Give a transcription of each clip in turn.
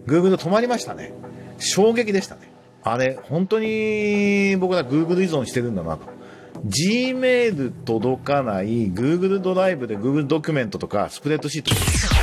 Google 止まりましたね。衝撃でしたね。あれ、本当に僕ら Google 依存してるんだなと。Gmail 届かない Google ドライブで Google ドキュメントとかスプレッドシート。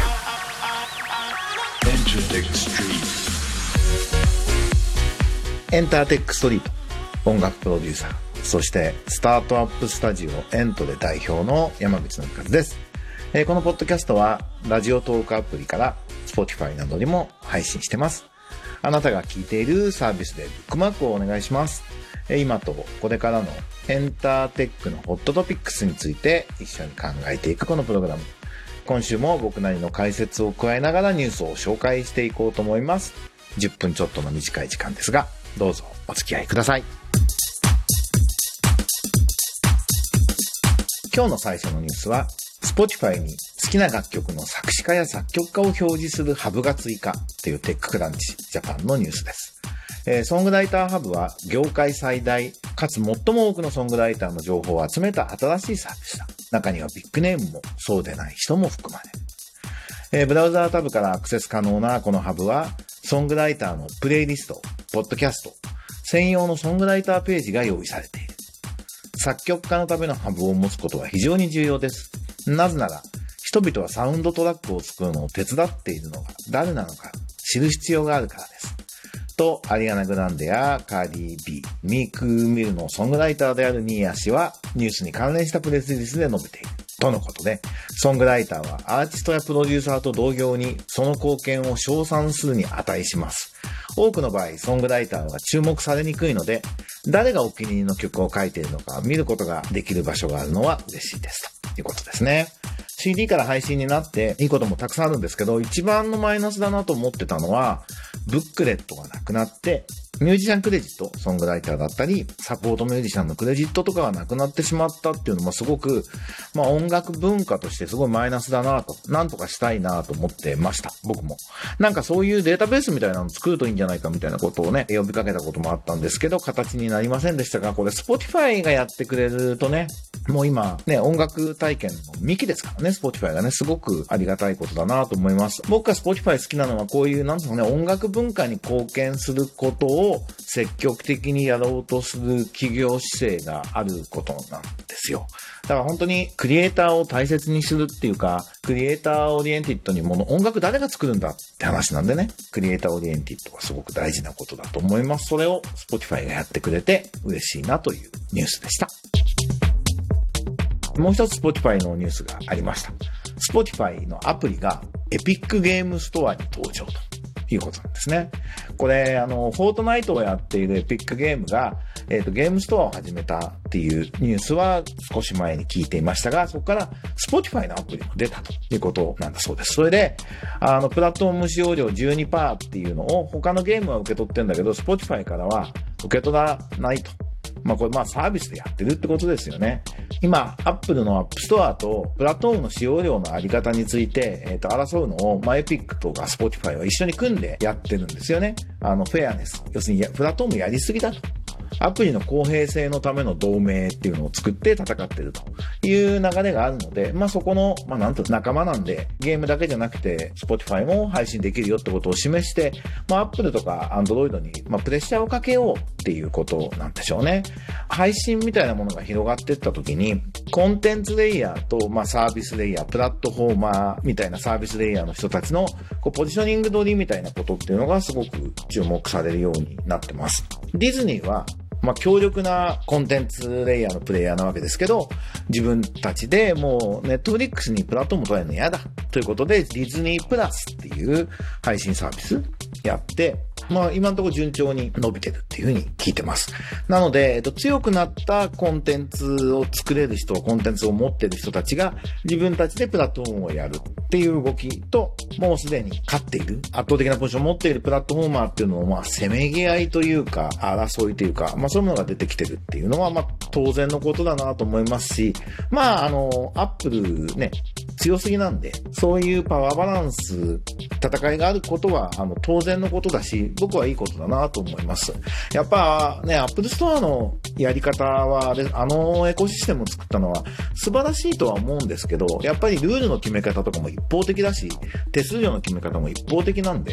エンターテックストリート、音楽プロデューサー、そしてスタートアップスタジオエントで代表の山口の一です。このポッドキャストはラジオトークアプリから Spotify などにも配信してます。あなたが聞いているサービスでブックマークをお願いします。今とこれからのエンターテックのホットトピックスについて一緒に考えていくこのプログラム。今週も僕なりの解説を加えながらニュースを紹介していこうと思います。10分ちょっとの短い時間ですが、どうぞお付き合いください。今日の最初のニュースは、Spotify に好きな楽曲の作詞家や作曲家を表示するハブが追加というテッククランチジャパンのニュースです。ソングライターハブは業界最大かつ最も多くのソングライターの情報を集めた新しいサービスだ。中にはビッグネームもそうでない人も含まれ、ブラウザータブからアクセス可能なこのハブはソングライターのプレイリスト、ポッドキャスト、専用のソングライターページが用意されている。作曲家のためのハブを持つことは非常に重要です。なぜなら、人々はサウンドトラックを作るのを手伝っているのが誰なのか知る必要があるからです。と、アリアナ・グランデやカーディ・ビ、ミーク・ミルのソングライターであるニーヤ氏はニュースに関連したプレスリリースで述べている。とのことで、ソングライターはアーティストやプロデューサーと同様にその貢献を称賛するに値します。多くの場合、ソングライターが注目されにくいので、誰がお気に入りの曲を書いているのか見ることができる場所があるのは嬉しいですということですね。CD から配信になっていいこともたくさんあるんですけど、一番のマイナスだなと思ってたのは、ブックレットがなくなって、ミュージシャンクレジット、ソングライターだったり、サポートミュージシャンのクレジットとかがなくなってしまったっていうのもすごく、音楽文化としてすごいマイナスだなと、なんとかしたいなと思ってました。僕も。なんかそういうデータベースみたいなのを作るといいんじゃないかみたいなことをね、呼びかけたこともあったんですけど、形になりませんでしたが、これ Spotify がやってくれるとね、もう今ね、音楽体験の幹ですからね、Spotify がね、すごくありがたいことだなと思います。僕が Spotify 好きなのはこういう、なんていうのね、音楽文化に貢献することを積極的にやろうとする企業姿勢があることなんですよ。だから本当にクリエイターを大切にするっていうか、クリエイターオリエンティッドに音楽誰が作るんだって話なんでね、クリエイターオリエンティッドはすごく大事なことだと思います。それを Spotify がやってくれて嬉しいなというニュースでした。もう一つ Spotify のニュースがありました。Spotify のアプリがエピックゲームストアに登場ということなんですね。これ、フォートナイトをやっているエピックゲームが、ゲームストアを始めたっていうニュースは少し前に聞いていましたが、そこから Spotify のアプリも出たということなんだそうです。それで、プラットフォーム使用料 12% っていうのを他のゲームは受け取ってるんだけど、Spotify からは受け取らないと。これサービスでやってるってことですよね。今、Apple の App Store とプラットフォームの使用料のあり方について、争うのを、エピックとか Spotify は一緒に組んでやってるんですよね。フェアネス。要するに、プラットフォームやりすぎだと。アプリの公平性のための同盟っていうのを作って戦っているという流れがあるので、そこの、仲間なんで、ゲームだけじゃなくて、Spotify も配信できるよってことを示して、Apple とか Android に、プレッシャーをかけようっていうことなんでしょうね。配信みたいなものが広がっていったときに、コンテンツレイヤーと、サービスレイヤー、プラットフォーマーみたいなサービスレイヤーの人たちの、ポジショニング取りみたいなことっていうのがすごく注目されるようになってます。ディズニーは、強力なコンテンツレイヤーのプレイヤーなわけですけど、自分たちでもうネットフリックスにプラットフォーム取れるの嫌だということで、ディズニープラスっていう配信サービスやって、今のところ順調に伸びてるっていうふうに聞いてます。なので、強くなったコンテンツを作れる人、コンテンツを持ってる人たちが自分たちでプラットフォームをやるっていう動きと、もうすでに勝っている、圧倒的なポジションを持っているプラットフォーマーっていうのを、せめぎ合いというか、争いというか、そういうものが出てきてるっていうのは、当然のことだなと思いますし、アップルね、強すぎなんで、そういうパワーバランス、戦いがあることは、当然のことだし、僕はいいことだなと思います。やっぱね、アップルストアのやり方は、エコシステムを作ったのは素晴らしいとは思うんですけど、やっぱりルールの決め方とかも一方的だし、手数料の決め方も一方的なんで、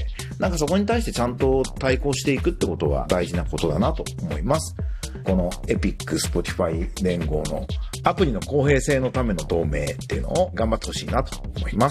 なんかそこに対してちゃんと対抗していくってことは大事なことだなと思います。このエピック、スポティファイ連合のアプリの公平性のための同盟っていうのを頑張ってほしいなと思います。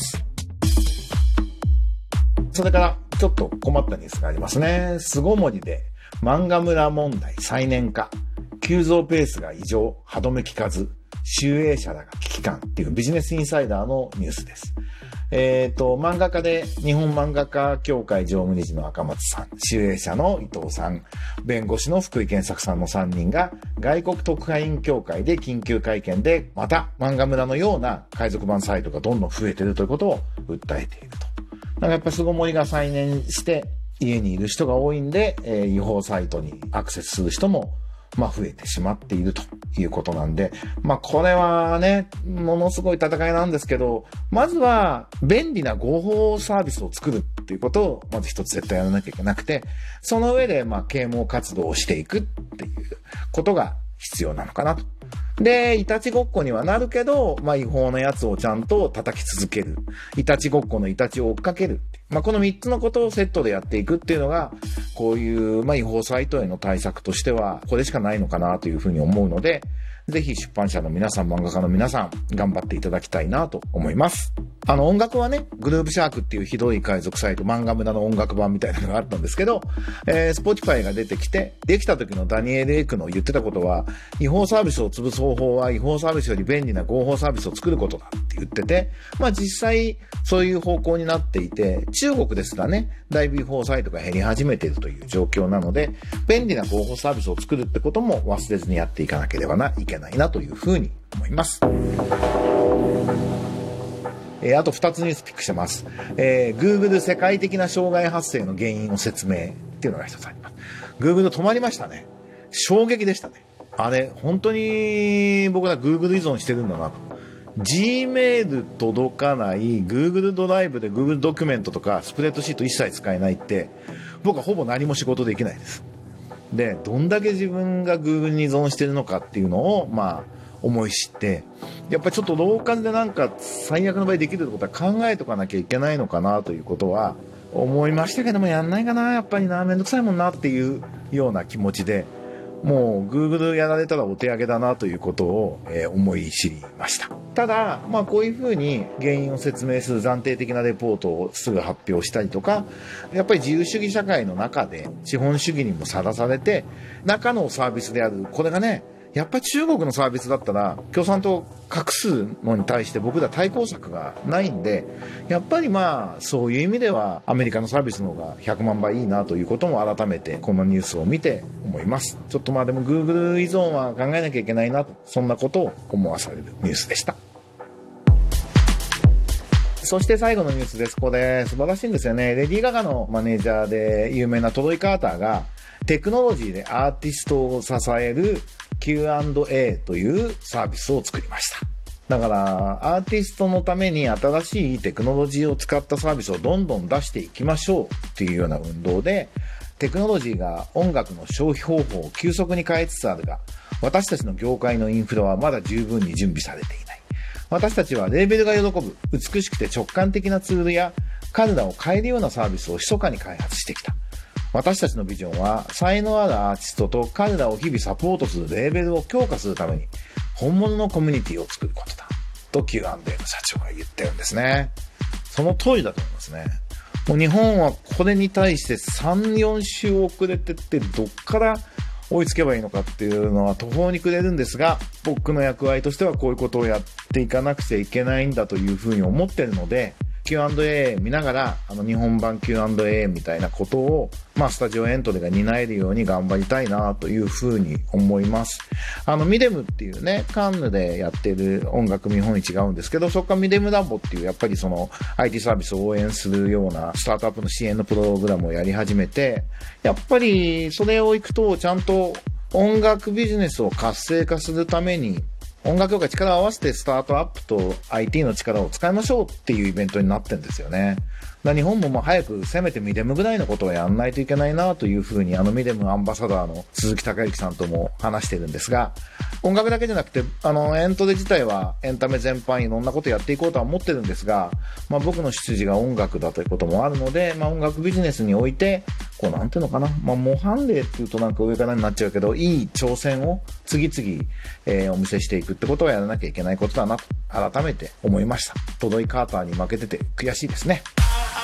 それからちょっと困ったニュースがありますね。巣ごもりで漫画村問題再燃化、急増ペースが異常、歯止め効かず、集英社らが危機感っていうビジネスインサイダーのニュースです。漫画家で日本漫画家協会常務理事の赤松さん、集英社の伊藤さん、弁護士の福井健作さんの3人が外国特派員協会で緊急会見で、また漫画村のような海賊版サイトがどんどん増えているということを訴えていると。なんかやっぱり巣ごもりが再燃して家にいる人が多いんで、違法サイトにアクセスする人も増えてしまっているということなんで、これはね、ものすごい戦いなんですけど、まずは便利な合法サービスを作るっていうことをまず一つ絶対やらなきゃいけなくて、その上で啓蒙活動をしていくっていうことが必要なのかなと。で、いたちごっこにはなるけど、違法なやつをちゃんと叩き続ける。いたちごっこのいたちを追っかける。この3つのことをセットでやっていくっていうのが、こういう違法サイトへの対策としては、これしかないのかなというふうに思うので、ぜひ出版社の皆さん、漫画家の皆さん、頑張っていただきたいなと思います。音楽はね、グルーブシャークっていうひどい海賊サイト、漫画村の音楽版みたいなのがあったんですけど、Spotify が出てきて、できた時のダニエル・エクの言ってたことは、違法サービスを潰す方法は違法サービスより便利な合法サービスを作ることだって言ってて、実際そういう方向になっていて、中国ですらね、だいぶ違法サイトが減り始めているという状況なので、便利な合法サービスを作るってことも忘れずにやっていかなければいけないなというふうに思います。あと2つニュースピックしてます。Google 世界的な障害発生の原因を説明っていうのが一つあります。Google 止まりましたね。衝撃でしたね。あれ、本当に僕ら Google 依存してるんだなと。Gmail 届かない、Google ドライブで Google ドキュメントとかスプレッドシート一切使えないって、僕はほぼ何も仕事できないです。で、どんだけ自分が Google に依存してるのかっていうのを、思い知って、やっぱりちょっとローカルで最悪の場合できることは考えとかなきゃいけないのかなということは思いましたけども、やんないかな、やっぱりめんどくさいもんなっていうような気持ちで、もう Google やられたらお手上げだなということを、思い知りました。ただ、こういうふうに原因を説明する暫定的なレポートをすぐ発表したりとか、やっぱり自由主義社会の中で資本主義にもさらされて、中のサービスである、これがね、やっぱり中国のサービスだったら共産党を隠すのに対して僕ら対抗策がないんで、やっぱりそういう意味ではアメリカのサービスの方が100万倍いいなということも改めてこのニュースを見て思います。ちょっとでも Google 依存は考えなきゃいけないなと、そんなことを思わされるニュースでした。そして最後のニュースです。これ素晴らしいんですよね。レディー・ガガのマネージャーで有名なトロイ・カーターがテクノロジーでアーティストを支える Q&A というサービスを作りました。だからアーティストのために新しいテクノロジーを使ったサービスをどんどん出していきましょうっていうような運動で、テクノロジーが音楽の消費方法を急速に変えつつあるが、私たちの業界のインフラはまだ十分に準備されていない。私たちはレーベルが喜ぶ美しくて直感的なツールや彼らを変えるようなサービスを密かに開発してきた。私たちのビジョンは才能あるアーティストと彼らを日々サポートするレーベルを強化するために本物のコミュニティを作ることだと Q&A の社長が言ってるんですね。その通りだと思いますね。もう日本はこれに対して3、4週遅れてってどっから追いつけばいいのかっていうのは途方に暮れるんですが、僕の役割としてはこういうことをやっていかなくちゃいけないんだというふうに思ってるので、Q&A 見ながら日本版 Q&A みたいなことをスタジオエントリーが担えるように頑張りたいなというふうに思います。ミデムっていうね、カンヌでやってる音楽見本市があるんですけど、そこからミデムラボっていうやっぱりIT サービスを応援するようなスタートアップの支援のプログラムをやり始めて、やっぱりそれを行くとちゃんと音楽ビジネスを活性化するために音楽業界力を合わせてスタートアップと IT の力を使いましょうっていうイベントになってるんですよね。日本ももう早くせめてミデムぐらいのことをやんないといけないなというふうにミデムアンバサダーの鈴木孝之さんとも話してるんですが、音楽だけじゃなくてエントレ自体はエンタメ全般いろんなことやっていこうとは思ってるんですが、僕の出自が音楽だということもあるので、音楽ビジネスにおいてなんていうのかな、模範例っていうとなんか上からになっちゃうけど、いい挑戦を次々、お見せしていくってことはやらなきゃいけないことだなと改めて思いました。トドイ・カーターに負けてて悔しいですね。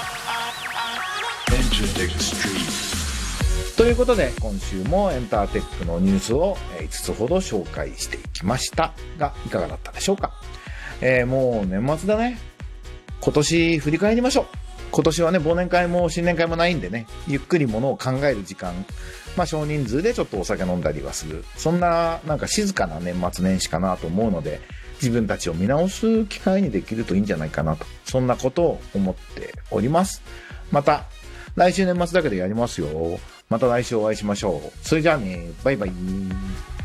ということで今週もエンターテックのニュースを5つほど紹介していきましたが、いかがだったでしょうか。もう年末だね。今年振り返りましょう。今年はね、忘年会も新年会もないんでね、ゆっくりものを考える時間、少人数でちょっとお酒飲んだりはする、そんななんか静かな年末年始かなと思うので、自分たちを見直す機会にできるといいんじゃないかなと、そんなことを思っております。また来週年末だけでやりますよ。また来週お会いしましょう。それじゃあね、バイバイ。